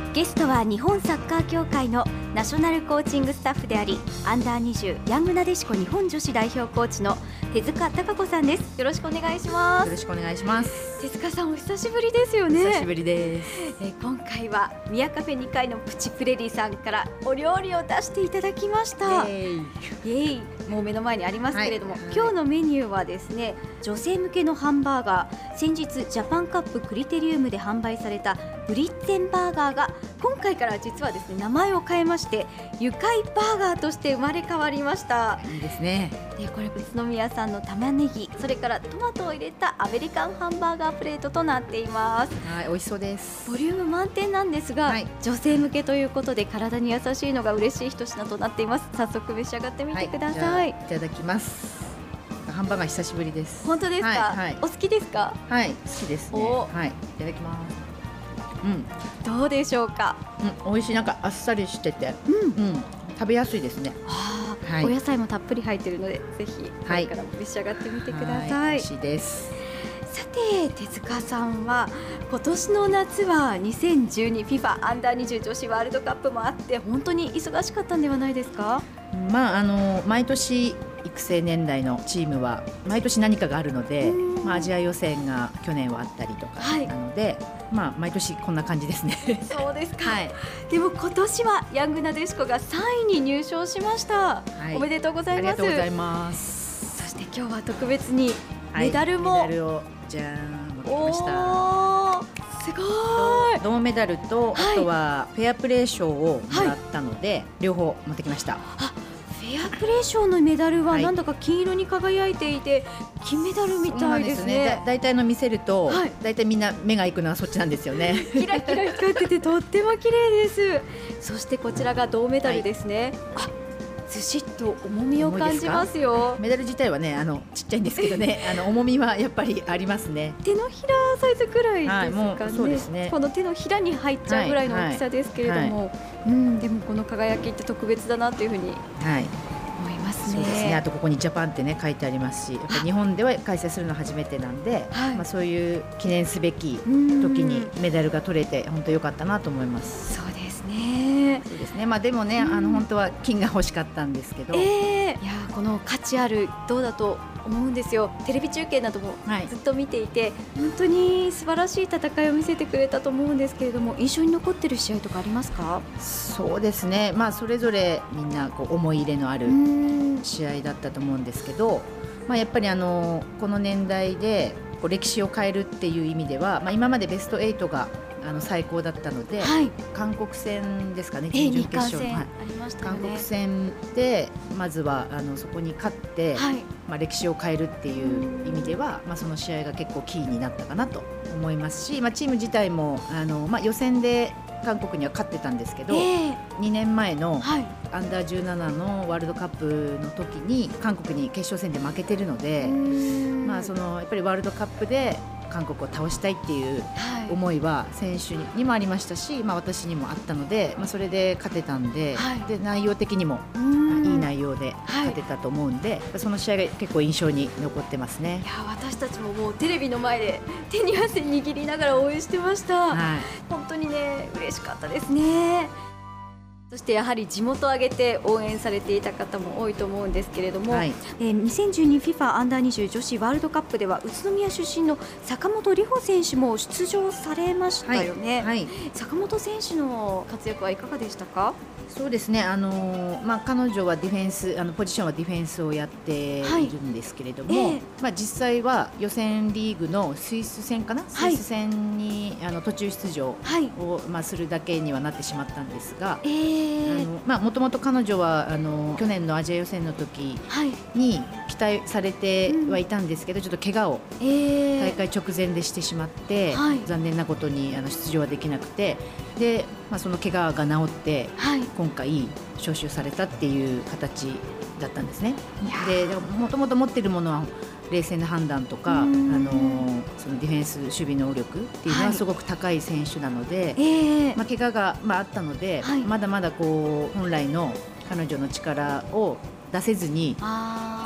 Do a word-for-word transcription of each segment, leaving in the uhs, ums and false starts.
ゲストは日本サッカー協会のナショナルコーチングスタッフであり、アンダーにじゅうヤングなでしこ日本女子代表コーチの手塚貴子さんです。よろしくお願いします。 よろしくお願いします。 手塚さん、お久しぶりですよね。 久しぶりです。 え今回は宮カフェにかいのプチプレリさんからお料理を出していただきました。イエーイイエーイ。もう目の前にありますけれども、はい、今日のメニューはですね、女性向けのハンバーガー、先日ジャパンカップクリテリウムで販売されたブリッツェンバーガーが今回から実はですね、名前を変えまして愉快バーガーとして生まれ変わりました。 いいですね。 でこれ宇都宮産の玉ねぎ、それからトマトを入れたアメリカンハンバーガープレートとなっています。 はい、美味しそうです。 ボリューム満点なんですが、はい、女性向けということで体に優しいのが嬉しい一品となっています。早速召し上がってみてください。はい、 いただきます。ハンバーガー久しぶりです。 本当ですか。はいはい、お好きですか。 はい、好きですね。はい、いただきます。うん、 どうでしょうか。 うん、美味しい。なんかあっさりしてて、うん、うん、食べやすいですね。 はあ、はい、お野菜もたっぷり入っているので、ぜひこれからも召し上がってみてください。はい、 美味しいです。 さて手塚さんは今年の夏は にせんじゅうにフィファ アンダーにじゅう女子ワールドカップもあって本当に忙しかったんではないですか。 まあ、あの毎年育成年代のチームは毎年何かがあるので、まあ、アジア予選が去年はあったりとかなので、はい、まあ、毎年こんな感じですね。 そうですか。はい、でも今年はヤングなでしこがさんいに入賞しました。はい、おめでとうございます。 ありがとうございます。 そして今日は特別にメダルも、 はい、メダルをじゃーん持ってきました。 すごい。 銅メダルと、はい、あとはフェアプレー賞をもらったので、はい、両方持ってきました。 あ、フェアプレー賞のメダルはなんだか金色に輝いていて、はい、金メダルみたいですね。 だいたいの見せると、はい、だいたいみんな目が行くのはそっちなんですよね。 キラキラ光っててとっても綺麗です。そしてこちらが銅メダルですね。はい、あ、ずしっと重みを感じますよ。 メダル自体はね、あのちっちゃいんですけどね、あの重みはやっぱりありますね。 手のひらサイズくらいですかね。はい、 そうですね。 この手のひらに入っちゃうぐらいの大きさですけれども、はいはい、うん、でもこの輝きって特別だなというふうに、はい、思いますね。 そうですね。あとここにジャパンってね書いてありますし、やっぱり日本では開催するの初めてなんで、はい、まあそういう記念すべき時にメダルが取れて本当良かったなと思います。 そうですね。 そうですね。まあでもね、あの本当は金が欲しかったんですけど、 えー、いやこの価値ある銅だと思うんですよ。テレビ中継などもずっと見ていて、はい、本当に素晴らしい戦いを見せてくれたと思うんですけれども、印象に残っている試合とかありますか。 そうですね。まあそれぞれみんなこう思い入れのある試合だったと思うんですけど、まあやっぱりあのこの年代でこう歴史を変えるっていう意味では、まあ今までベストエイトがあの最高だったので、はい、韓国戦ですかね、準々決勝、はい、韓国戦でまずはあのそこに勝って、はい、まあ、歴史を変えるっていう意味では、まあ、その試合が結構キーになったかなと思いますし、まあ、チーム自体もあの、まあ、予選で韓国には勝ってたんですけど、えー、にねんまえのアンダーじゅうななのワールドカップの時に韓国に決勝戦で負けてるので、まあ、そのやっぱりワールドカップで韓国を倒したいっていう思いは選手にもありましたし、まあ、私にもあったので、まあ、それで勝てたんで、はい、で内容的にもいい内容で勝てたと思うんで、はい、その試合が結構印象に残ってますね。 いや私たちももうテレビの前で手に汗握りながら応援してました。はい、本当にね嬉しかったですね。そしてやはり地元を挙げて応援されていた方も多いと思うんですけれども、はい、えー、にせんじゅうにフィファ アンダーにじゅう女子ワールドカップでは宇都宮出身の坂本里穂選手も出場されましたよね。はいはい、坂本選手の活躍はいかがでしたか。 そうですね、あのーまあ、彼女はディフェンスあのポジションはディフェンスをやっているんですけれども、はい、えーまあ、実際は予選リーグのスイス戦かな、はい、スイス戦にあの途中出場を、はい、まあ、するだけにはなってしまったんですが、えー、もともと彼女はあの去年のアジア予選の時に期待されてはいたんですけど、うん、ちょっと怪我を大会直前でしてしまって、えー、残念なことにあの出場はできなくて、で、まあ、その怪我が治って、はい、今回招集されたっていう形だったんですね。でもともと持っているものは冷静な判断とか、あのそのディフェンス守備能力っていうのはすごく高い選手なので、はい、えーまあ、怪我が、まあ、あったので、はい、まだまだこう本来の彼女の力を出せずに今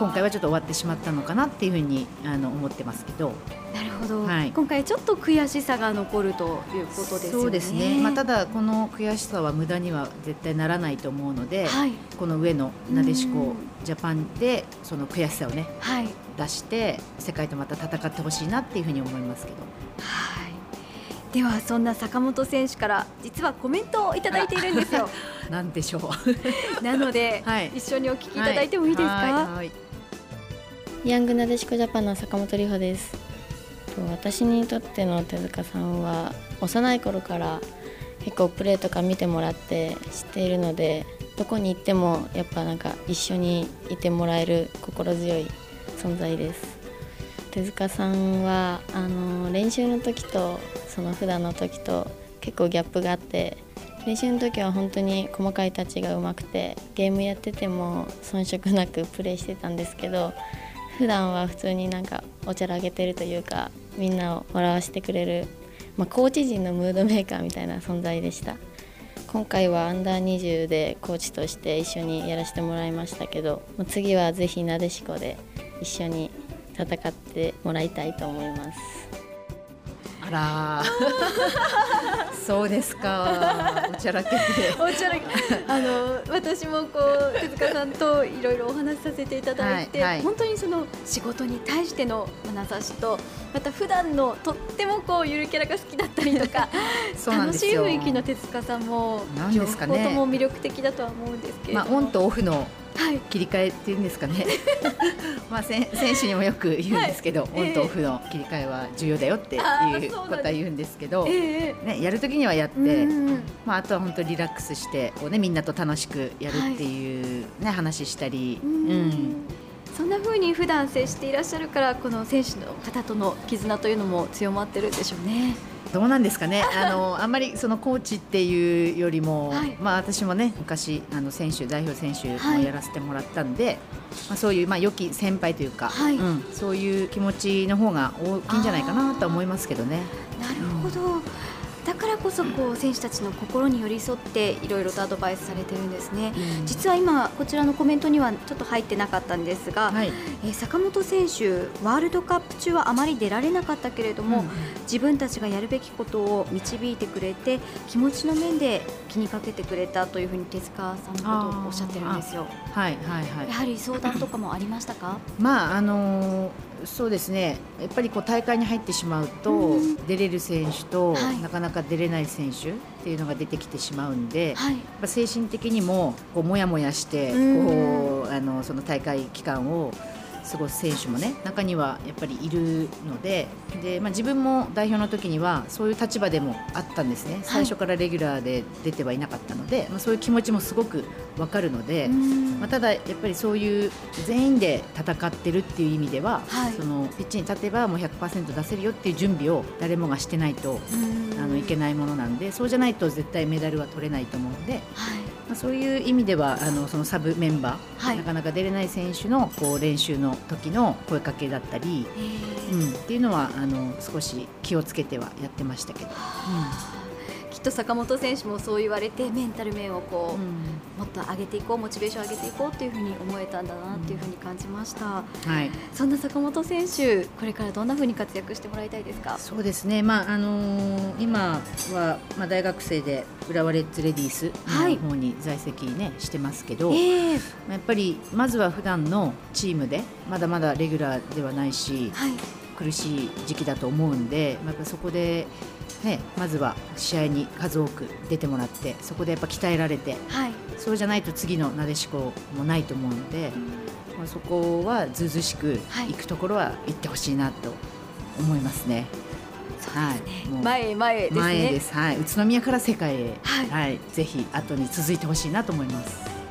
今回はちょっと終わってしまったのかなっていうふうにあの思ってますけど。 なるほど、 はい、 今回ちょっと悔しさが残るということですよね。 そうですね、まあ、ただこの悔しさは無駄には絶対ならないと思うので、はい、この上のなでしこジャパンでその悔しさをね、はい、出して世界とまた戦ってほしいなっていうふうに思いますけど。 はい、ではそんな坂本選手から実はコメントをいただいているんですよ。 なんでしょうなので、はい、一緒にお聞きいただいてもいいですか。はいはいはい、 ヤングなでしこジャパンの坂本里穂です。私にとっての手塚さんは幼い頃から結構プレーとか見てもらって知っているので、どこに行ってもやっぱなんか一緒にいてもらえる心強い存在です。手塚さんはあの練習の時とその普段の時と結構ギャップがあって、練習の時は本当に細かいタッチが上手くてゲームやってても遜色なくプレーしてたんですけど、普段は普通になんかおちゃらけてるというか、みんなを笑わせてくれる、まあ、コーチ陣のムードメーカーみたいな存在でした。今回はアンダーにじゅうでコーチとして一緒にやらせてもらいましたけど、次はぜひなでしこで一緒に戦ってもらいたいと思います。 あらそうですか、おちゃらけておちゃらけあの私もこう手塚さんといろいろお話しさせていただいて、はいはい、本当にその仕事に対しての眼差しと、また普段のとってもこうゆるキャラが好きだったりとか楽しい雰囲気の手塚さんもなんですかね、 両方とも魅力的だとは思うんですけれども、 まあ、オンとオフの切り替えっていうんですかね、はい、まあ選手にもよく言うんですけど、はい、オンとオフの切り替えは重要だよっていうことは言うんですけど、えーね、やるときにはやって、まあ、あとは本当にリラックスしてこう、ね、みんなと楽しくやるっていう、ね、はい、話したり、うん、 そんな風に普段接していらっしゃるから、この選手の方との絆というのも強まってるんでしょうね。 どうなんですかね、あのあんまりそのコーチっていうよりも、はい、まあ、私もね昔あの選手代表選手もやらせてもらったんで、はい、まあ、そういう、まあ、良き先輩というか、はい、うん、そういう気持ちの方が大きいんじゃないかなと思いますけどね。 なるほど、うん、だからこそこう選手たちの心に寄り添っていろいろとアドバイスされてるんですね。うん、実は今こちらのコメントにはちょっと入ってなかったんですが、はい、えー、坂本選手ワールドカップ中はあまり出られなかったけれども、うん、自分たちがやるべきことを導いてくれて気持ちの面で気にかけてくれたというふうに手塚さんのことをおっしゃってるんですよ。 はいはいはい、 やはり相談とかもありましたか？ まああのーそうですね、やっぱりこう大会に入ってしまうと、うん、出れる選手と、はい、なかなか出れない選手っていうのが出てきてしまうんで、はい、やっぱ精神的にもこうもやもやして、うん、こうあのその大会期間を過ごす選手もね中にはやっぱりいるので、で、まあ、自分も代表の時にはそういう立場でもあったんですね。最初からレギュラーで出てはいなかったので、まあ、そういう気持ちもすごく分かるので、まあ、ただやっぱりそういう全員で戦ってるっていう意味では、はい、そのピッチに立てばもう ひゃくパーセント 出せるよっていう準備を誰もがしてないとあのいけないものなんで、そうじゃないと絶対メダルは取れないと思うので、はい、まあ、そういう意味ではあのそのサブメンバー、はい、なかなか出れない選手のこう練習の時の声かけだったり、うん、っていうのはあの少し気をつけてはやってましたけど、うん、 きっと坂本選手もそう言われてメンタル面をこう、うん、もっと上げていこう、モチベーションを上げていこうというふうに思えたんだなというふうに感じました。うん、はい、そんな坂本選手、これからどんなふうに活躍してもらいたいですか？ そうですね、まああのー、今は、まあ、大学生で浦和レッズレディースの方に在籍、ね、してますけど、えー、やっぱりまずは普段のチームでまだまだレギュラーではないし、はい、苦しい時期だと思うんで、やっぱそこで、ね、まずは試合に数多く出てもらって、そこでやっぱ鍛えられて、はい、そうじゃないと次のなでしこもないと思うので、うん、まあ、そこはずうずうしく行くところは行ってほしいなと思いますね。 はい、もう前へ前へですね。 前です、はい、宇都宮から世界へ、はいはい、ぜひ後に続いてほしいなと思います。